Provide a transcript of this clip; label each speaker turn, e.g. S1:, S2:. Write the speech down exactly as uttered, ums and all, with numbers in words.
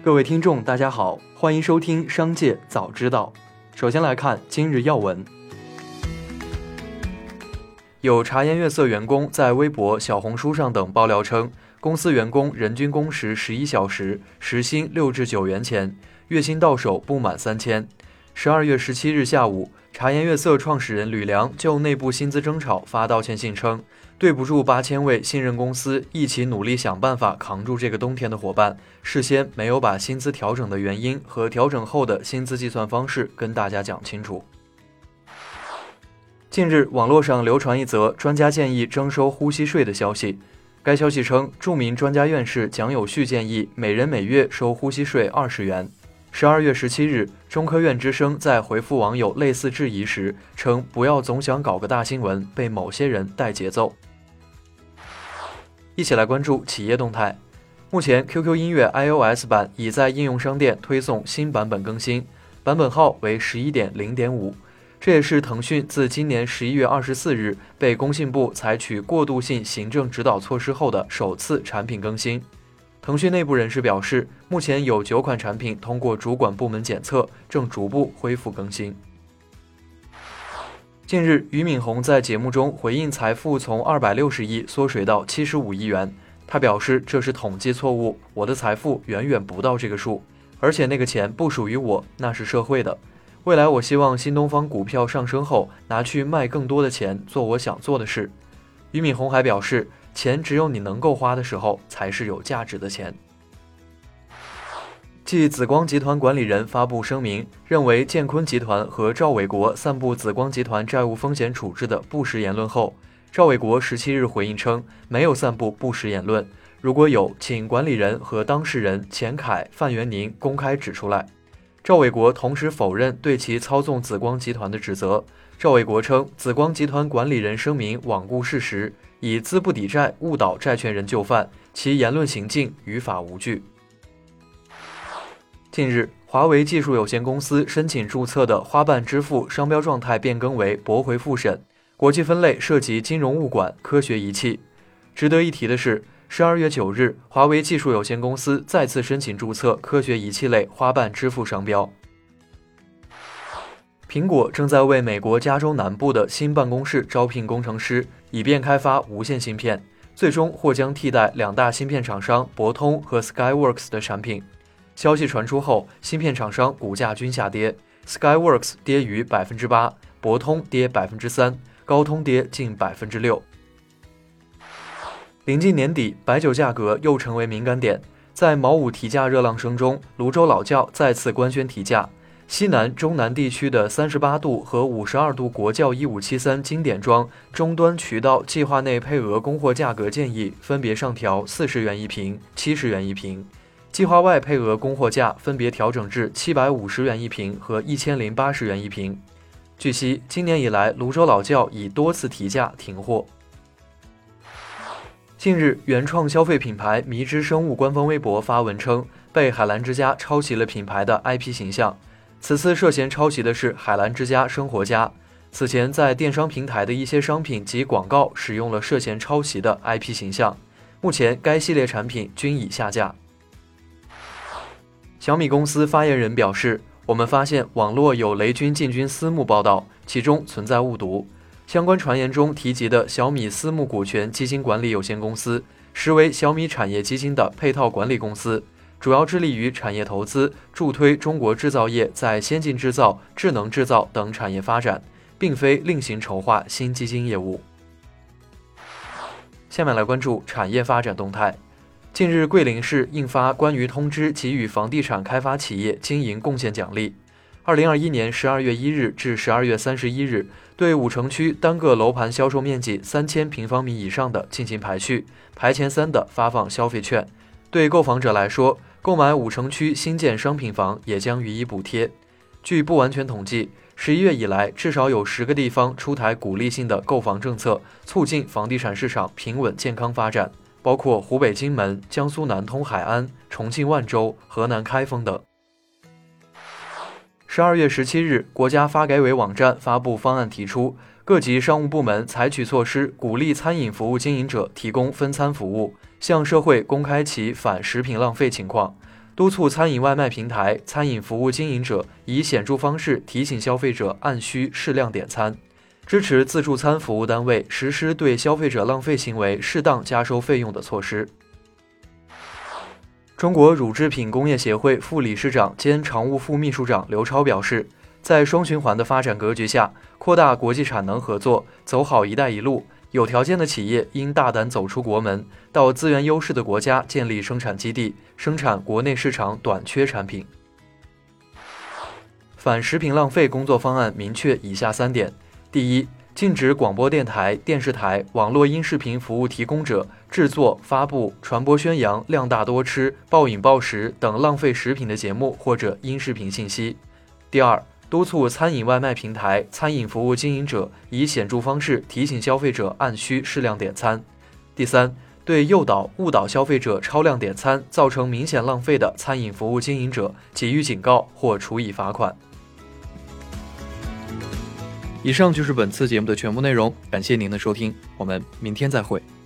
S1: 各位听众，大家好，欢迎收听《商界早知道》。首先来看今日要闻。有茶颜悦色员工在微博、小红书上等爆料称，公司员工人均工时十一小时，时薪六至九元钱，月薪到手不满三千。十二月十七日下午，茶颜悦色创始人吕梁就内部薪资争吵发道歉信称，对不住八千位信任公司一起努力想办法扛住这个冬天的伙伴，事先没有把薪资调整的原因和调整后的薪资计算方式跟大家讲清楚。近日，网络上流传一则专家建议征收呼吸税的消息。该消息称，著名专家院士蒋有序建议每人每月收呼吸税二十元。十二月十七日，中科院之声在回复网友类似质疑时称，不要总想搞个大新闻，被某些人带节奏。一起来关注企业动态。目前 Q Q 音乐 iOS 版已在应用商店推送新版本更新，版本号为 十一点零点五。这也是腾讯自今年十一月二十四日被工信部采取过渡性行政指导措施后的首次产品更新。腾讯内部人士表示，目前有九款产品通过主管部门检测，正逐步恢复更新。近日，俞敏洪在节目中回应财富从二百六十亿缩水到七十五亿元，他表示这是统计错误，我的财富远远不到这个数，而且那个钱不属于我，那是社会的。未来我希望新东方股票上升后拿去卖更多的钱，做我想做的事。俞敏洪还表示，钱只有你能够花的时候才是有价值的钱。继紫光集团管理人发布声明，认为建坤集团和赵伟国散布紫光集团债务风险处置的不实言论后，赵伟国十七日回应称，没有散布不实言论，如果有，请管理人和当事人钱凯、范元宁公开指出来。赵伟国同时否认对其操纵紫光集团的指责。赵伟国称，紫光集团管理人声明罔顾事实，以资不抵债误导债权人就范，其言论行径于法无据。近日，华为技术有限公司申请注册的花瓣支付商标状态变更为驳回复审，国际分类涉及金融物管、科学仪器。值得一提的是，十二月九日，华为技术有限公司再次申请注册科学仪器类花瓣支付商标。苹果正在为美国加州南部的新办公室招聘工程师，以便开发无线芯片，最终或将替代两大芯片厂商博通和 Skyworks 的产品。消息传出后，芯片厂商股价均下跌 ，Skyworks 跌逾 百分之八， 博通跌 百分之三， 高通跌近 百分之六。临近年底，白酒价格又成为敏感点。在卯五提价热浪声中，泸州老窖再次官宣提价。西南、中南地区的三十八度和五十二度国窖一五七三经典装终端渠道计划内配额供货价格建议分别上调四十元一瓶、七十元一瓶，计划外配额供货价分别调整至七百五十元一瓶和一千零八十元一瓶。据悉，今年以来，泸州老窖已多次提价停货。近日，原创消费品牌迷之生物官方微博发文称，被海澜之家抄袭了品牌的 I P 形象。此次涉嫌抄袭的是海澜之家生活家，此前在电商平台的一些商品及广告使用了涉嫌抄袭的 I P 形象，目前该系列产品均已下架。小米公司发言人表示，我们发现网络有雷军进军私募报道，其中存在误读。相关传言中提及的小米私募股权基金管理有限公司，实为小米产业基金的配套管理公司，主要致力于产业投资，助推中国制造业在先进制造、智能制造等产业发展，并非另行筹划新基金业务。下面来关注产业发展动态。近日，桂林市印发关于通知给予房地产开发企业经营贡献奖励。二零二一年十二月一日至十二月三十一日，对五城区单个楼盘销售面积三千平方米以上的进行排序，排前三的发放消费券。对购房者来说，购买五城区新建商品房也将予以补贴。据不完全统计，十一月以来，至少有十个地方出台鼓励性的购房政策，促进房地产市场平稳健康发展，包括湖北荆门、江苏南通海安、重庆万州、河南开封等。十二月十七日，国家发改委网站发布方案，提出各级商务部门采取措施，鼓励餐饮服务经营者提供分餐服务，向社会公开其反食品浪费情况。 督促餐饮外卖平台、餐饮服务经营者以显著方式提醒消费者按需适量点餐，支持自助餐服务单位实施对消费者浪费行为适当加收费用的措施。中国乳制品工业协会副理事长兼常务副秘书长刘超表示，在双循环的发展格局下，扩大国际产能合作，走好“一带一路”，有条件的企业应大胆走出国门，到资源优势的国家建立生产基地，生产国内市场短缺产品。反食品浪费工作方案明确以下三点：第一，禁止广播电台、电视台、网络音视频服务提供者制作、发布、传播宣扬量大多吃、暴饮暴食等浪费食品的节目或者音视频信息。第二，督促餐饮外卖平台、餐饮服务经营者以显著方式提醒消费者按需适量点餐。第三，对诱导、误导消费者超量点餐，造成明显浪费的餐饮服务经营者给予警告或处以罚款。以上就是本次节目的全部内容，感谢您的收听，我们明天再会。